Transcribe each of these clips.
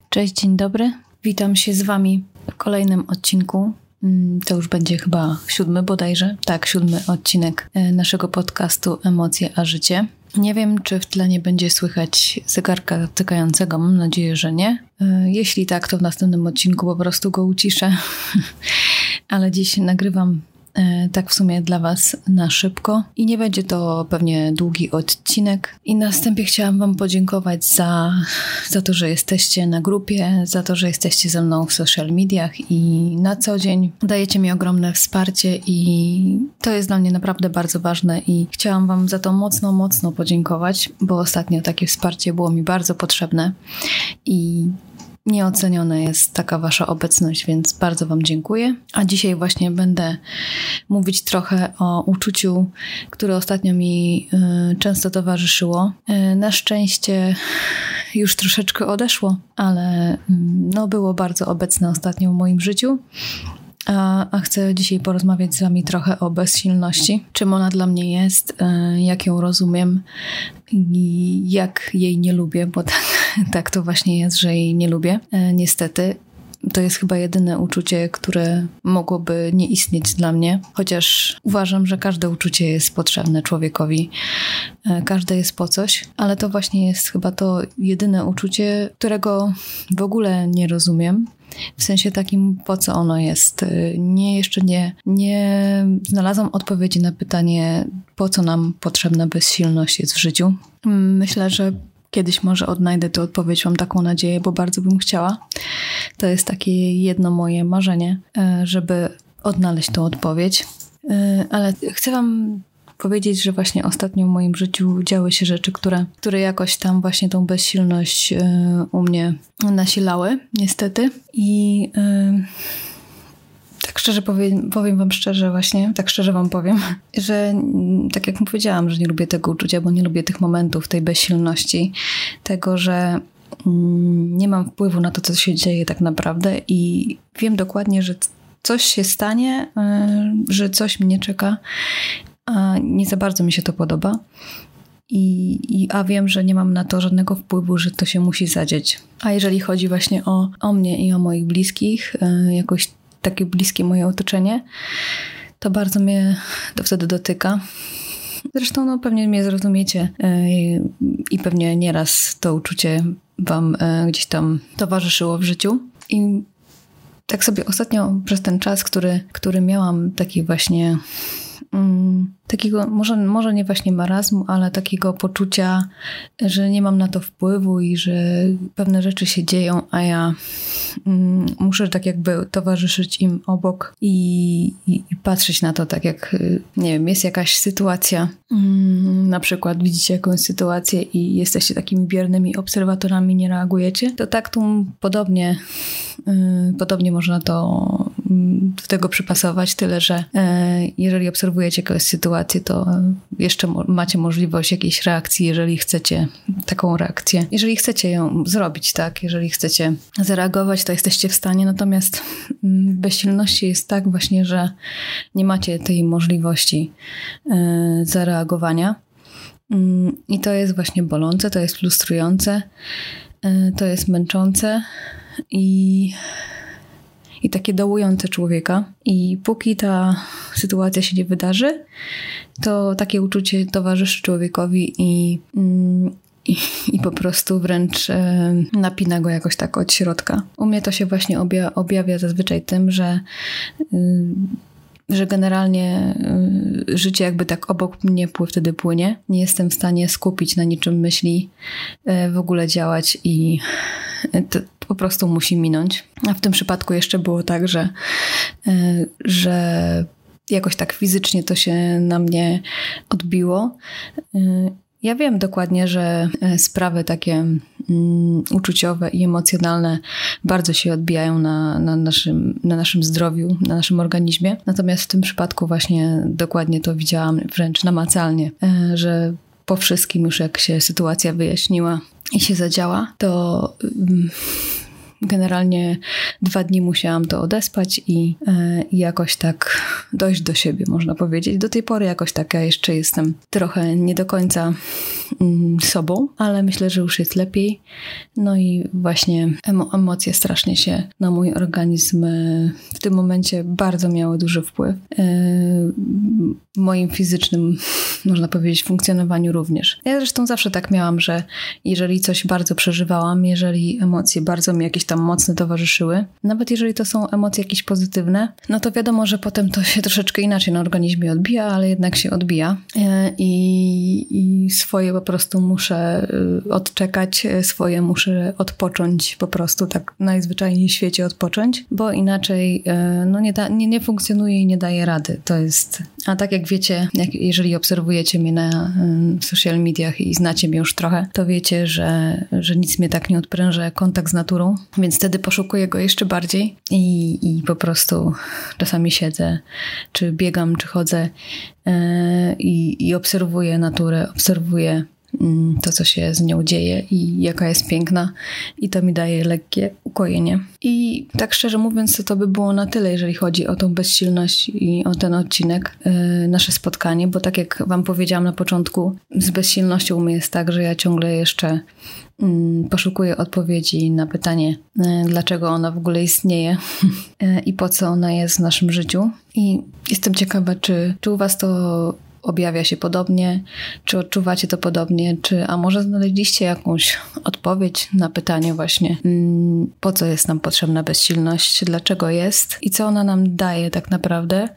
Cześć, dzień dobry. Witam się z Wami w kolejnym odcinku. To już będzie chyba 7 bodajże. Tak, 7 odcinek naszego podcastu Emocje a życie. Nie wiem, czy w tle nie będzie słychać zegarka tykającego. Mam nadzieję, że nie. Jeśli tak, to w następnym odcinku po prostu go uciszę. Ale dziś nagrywam tak w sumie dla Was na szybko i nie będzie to pewnie długi odcinek. I na wstępie chciałam Wam podziękować za to, że jesteście na grupie, za to, że jesteście ze mną w social mediach i na co dzień dajecie mi ogromne wsparcie i to jest dla mnie naprawdę bardzo ważne i chciałam Wam za to mocno podziękować, bo ostatnio takie wsparcie było mi bardzo potrzebne i nieoceniona jest taka Wasza obecność, więc bardzo Wam dziękuję. A dzisiaj właśnie będę mówić trochę o uczuciu, które ostatnio mi często towarzyszyło. Na szczęście już troszeczkę odeszło, ale było bardzo obecne ostatnio w moim życiu. A chcę dzisiaj porozmawiać z Wami trochę o bezsilności. Czym ona dla mnie jest, jak ją rozumiem i jak jej nie lubię, bo tak to właśnie jest, że jej nie lubię. Niestety. To jest chyba jedyne uczucie, które mogłoby nie istnieć dla mnie, chociaż uważam, że każde uczucie jest potrzebne człowiekowi. Każde jest po coś, ale to właśnie jest chyba to jedyne uczucie, którego w ogóle nie rozumiem. W sensie takim, po co ono jest. Jeszcze nie znalazłam odpowiedzi na pytanie, po co nam potrzebna bezsilność jest w życiu. Myślę, że kiedyś może odnajdę tę odpowiedź, mam taką nadzieję, bo bardzo bym chciała. To jest takie jedno moje marzenie, żeby odnaleźć tą odpowiedź. Ale chcę Wam powiedzieć, że właśnie ostatnio w moim życiu działy się rzeczy, które jakoś tam właśnie tą bezsilność u mnie nasilały, niestety. I tak szczerze powiem Wam szczerze właśnie, tak szczerze Wam powiem, że tak jak powiedziałam, że nie lubię tego uczucia, bo nie lubię tych momentów, tej bezsilności, tego, że nie mam wpływu na to, co się dzieje tak naprawdę i wiem dokładnie, że coś się stanie, że coś mnie czeka, a nie za bardzo mi się to podoba. A wiem, że nie mam na to żadnego wpływu, że to się musi zadzieć. A jeżeli chodzi właśnie o mnie i o moich bliskich, jakoś takie bliskie moje otoczenie, to bardzo mnie to wtedy dotyka. Zresztą pewnie mnie zrozumiecie i pewnie nieraz to uczucie Wam gdzieś tam towarzyszyło w życiu. I tak sobie ostatnio przez ten czas, który miałam taki właśnie takiego, może nie właśnie marazmu, ale takiego poczucia, że nie mam na to wpływu i że pewne rzeczy się dzieją, a ja muszę tak jakby towarzyszyć im obok i patrzeć na to tak jak, nie wiem, jest jakaś sytuacja, na przykład widzicie jakąś sytuację i jesteście takimi biernymi obserwatorami, nie reagujecie, to tak tu podobnie można to do tego przypasować, tyle że jeżeli obserwujecie jakąś sytuację, to jeszcze macie możliwość jakiejś reakcji, jeżeli chcecie taką reakcję. Jeżeli chcecie ją zrobić, tak, jeżeli chcecie zareagować, to jesteście w stanie, natomiast w bezsilności jest tak właśnie, że nie macie tej możliwości zareagowania i to jest właśnie bolące, to jest frustrujące, to jest męczące i takie dołujące człowieka. I póki ta sytuacja się nie wydarzy, to takie uczucie towarzyszy człowiekowi i po prostu wręcz napina go jakoś tak od środka. U mnie to się właśnie objawia zazwyczaj tym, że generalnie życie jakby tak obok mnie wtedy płynie. Nie jestem w stanie skupić na niczym myśli, w ogóle działać i to po prostu musi minąć. A w tym przypadku jeszcze było tak, że jakoś tak fizycznie to się na mnie odbiło. Ja wiem dokładnie, że sprawy takie uczuciowe i emocjonalne bardzo się odbijają na naszym zdrowiu, na naszym organizmie. Natomiast w tym przypadku właśnie dokładnie to widziałam wręcz namacalnie, że po wszystkim już jak się sytuacja wyjaśniła i się zadziała, to generalnie 2 dni musiałam to odespać i jakoś tak dojść do siebie, można powiedzieć. Do tej pory jakoś tak ja jeszcze jestem trochę nie do końca sobą, ale myślę, że już jest lepiej. No i właśnie emocje strasznie się na mój organizm w tym momencie bardzo miały duży wpływ. W moim fizycznym, można powiedzieć, funkcjonowaniu również. Ja zresztą zawsze tak miałam, że jeżeli coś bardzo przeżywałam, jeżeli emocje bardzo mi jakieś tam mocne towarzyszyły, nawet jeżeli to są emocje jakieś pozytywne, no to wiadomo, że potem to się troszeczkę inaczej na organizmie odbija, ale jednak się odbija. I swoje po prostu muszę odczekać, swoje muszę odpocząć, po prostu tak najzwyczajniej w świecie odpocząć, bo inaczej no nie funkcjonuje i nie daje rady. To jest... A tak jak wiecie, jeżeli obserwujecie mnie na social mediach i znacie mnie już trochę, to wiecie, że nic mnie tak nie odpręża jak kontakt z naturą, więc wtedy poszukuję go jeszcze bardziej i po prostu czasami siedzę, czy biegam, czy chodzę i obserwuję naturę, obserwuję to, co się z nią dzieje i jaka jest piękna i to mi daje lekkie ukojenie. I tak szczerze mówiąc, to by było na tyle, jeżeli chodzi o tą bezsilność i o ten odcinek, nasze spotkanie, bo tak jak wam powiedziałam na początku, z bezsilnością u mnie jest tak, że ja ciągle jeszcze poszukuję odpowiedzi na pytanie, dlaczego ona w ogóle istnieje i po co ona jest w naszym życiu. I jestem ciekawa, czy u was to objawia się podobnie, czy odczuwacie to podobnie, a może znaleźliście jakąś odpowiedź na pytanie właśnie, po co jest nam potrzebna bezsilność, dlaczego jest i co ona nam daje tak naprawdę.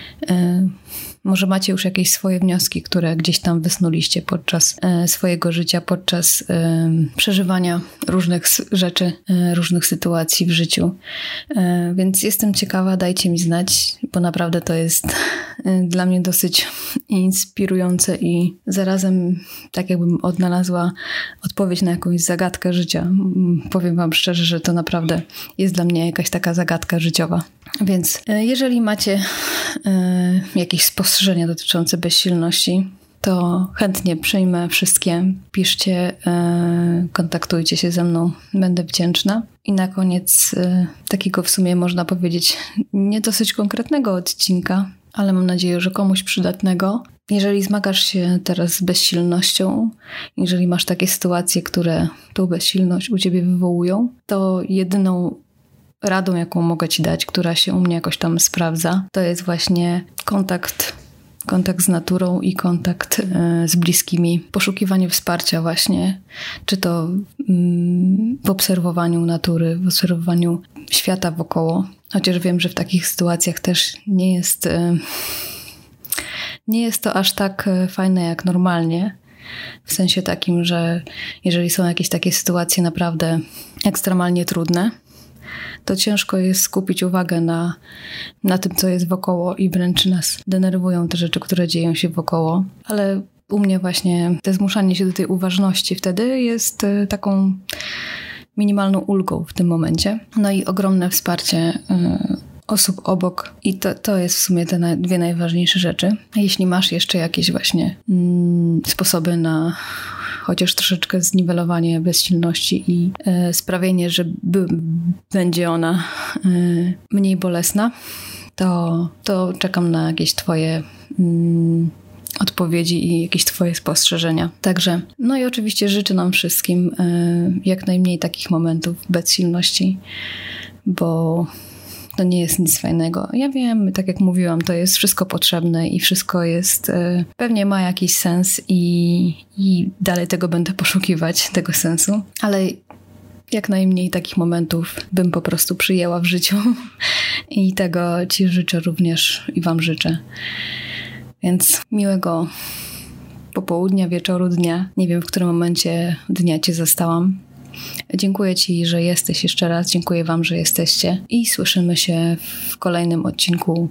Może macie już jakieś swoje wnioski, które gdzieś tam wysnuliście podczas swojego życia, podczas przeżywania różnych rzeczy, różnych sytuacji w życiu. Więc jestem ciekawa, dajcie mi znać, bo naprawdę to jest dla mnie dosyć inspirujące i zarazem tak jakbym odnalazła odpowiedź na jakąś zagadkę życia. Powiem wam szczerze, że to naprawdę jest dla mnie jakaś taka zagadka życiowa. Więc jeżeli macie jakieś spostrzeżenia dotyczące bezsilności, to chętnie przyjmę wszystkie. Piszcie, kontaktujcie się ze mną, będę wdzięczna. I na koniec takiego w sumie można powiedzieć nie dosyć konkretnego odcinka, ale mam nadzieję, że komuś przydatnego. Jeżeli zmagasz się teraz z bezsilnością, jeżeli masz takie sytuacje, które tą bezsilność u ciebie wywołują, to jedyną radą, jaką mogę ci dać, która się u mnie jakoś tam sprawdza, to jest właśnie kontakt z naturą i kontakt z bliskimi. Poszukiwanie wsparcia właśnie, czy to w obserwowaniu natury, w obserwowaniu świata wokoło. Chociaż wiem, że w takich sytuacjach też nie jest to aż tak fajne jak normalnie. W sensie takim, że jeżeli są jakieś takie sytuacje naprawdę ekstremalnie trudne, to ciężko jest skupić uwagę na tym, co jest wokoło i wręcz nas denerwują te rzeczy, które dzieją się wokoło. Ale u mnie właśnie te zmuszanie się do tej uważności wtedy jest taką minimalną ulgą w tym momencie. No i ogromne wsparcie osób obok i to jest w sumie te dwie najważniejsze rzeczy. Jeśli masz jeszcze jakieś właśnie sposoby na chociaż troszeczkę zniwelowanie bezsilności i sprawienie, że będzie ona mniej bolesna, to czekam na jakieś twoje odpowiedzi i jakieś twoje spostrzeżenia. Także, no i oczywiście życzę nam wszystkim jak najmniej takich momentów bezsilności, bo to nie jest nic fajnego. Ja wiem, tak jak mówiłam, to jest wszystko potrzebne i wszystko jest, pewnie ma jakiś sens i dalej tego będę poszukiwać, tego sensu, ale jak najmniej takich momentów bym po prostu przyjęła w życiu i tego ci życzę również i wam życzę. Więc miłego popołudnia, wieczoru, dnia. Nie wiem, w którym momencie dnia cię zastałam. Dziękuję ci, że jesteś jeszcze raz. Dziękuję wam, że jesteście. I słyszymy się w kolejnym odcinku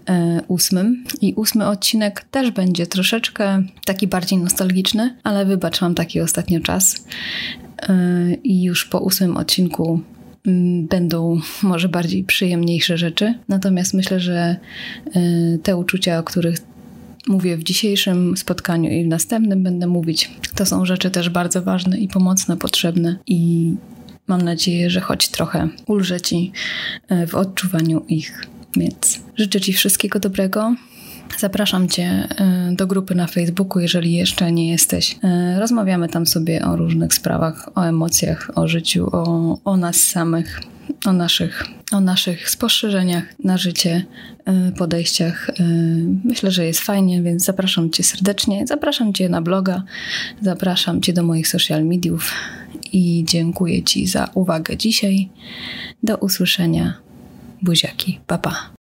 8. I 8 odcinek też będzie troszeczkę taki bardziej nostalgiczny, ale wybacz, mam taki ostatnio czas. I już po 8 odcinku będą może bardziej przyjemniejsze rzeczy. Natomiast myślę, że te uczucia, o których mówię w dzisiejszym spotkaniu i w następnym będę mówić, to są rzeczy też bardzo ważne i pomocne, potrzebne i mam nadzieję, że choć trochę ulżę ci w odczuwaniu ich. Więc życzę ci wszystkiego dobrego, Zapraszam Cię do grupy na Facebooku, jeżeli jeszcze nie jesteś. Rozmawiamy tam sobie o różnych sprawach, o emocjach, o życiu, o nas samych, o naszych spostrzeżeniach na życie, podejściach. Myślę, że jest fajnie, więc zapraszam Cię serdecznie. Zapraszam Cię na bloga, zapraszam Cię do moich social mediów i dziękuję Ci za uwagę dzisiaj. Do usłyszenia. Buziaki. Pa, pa.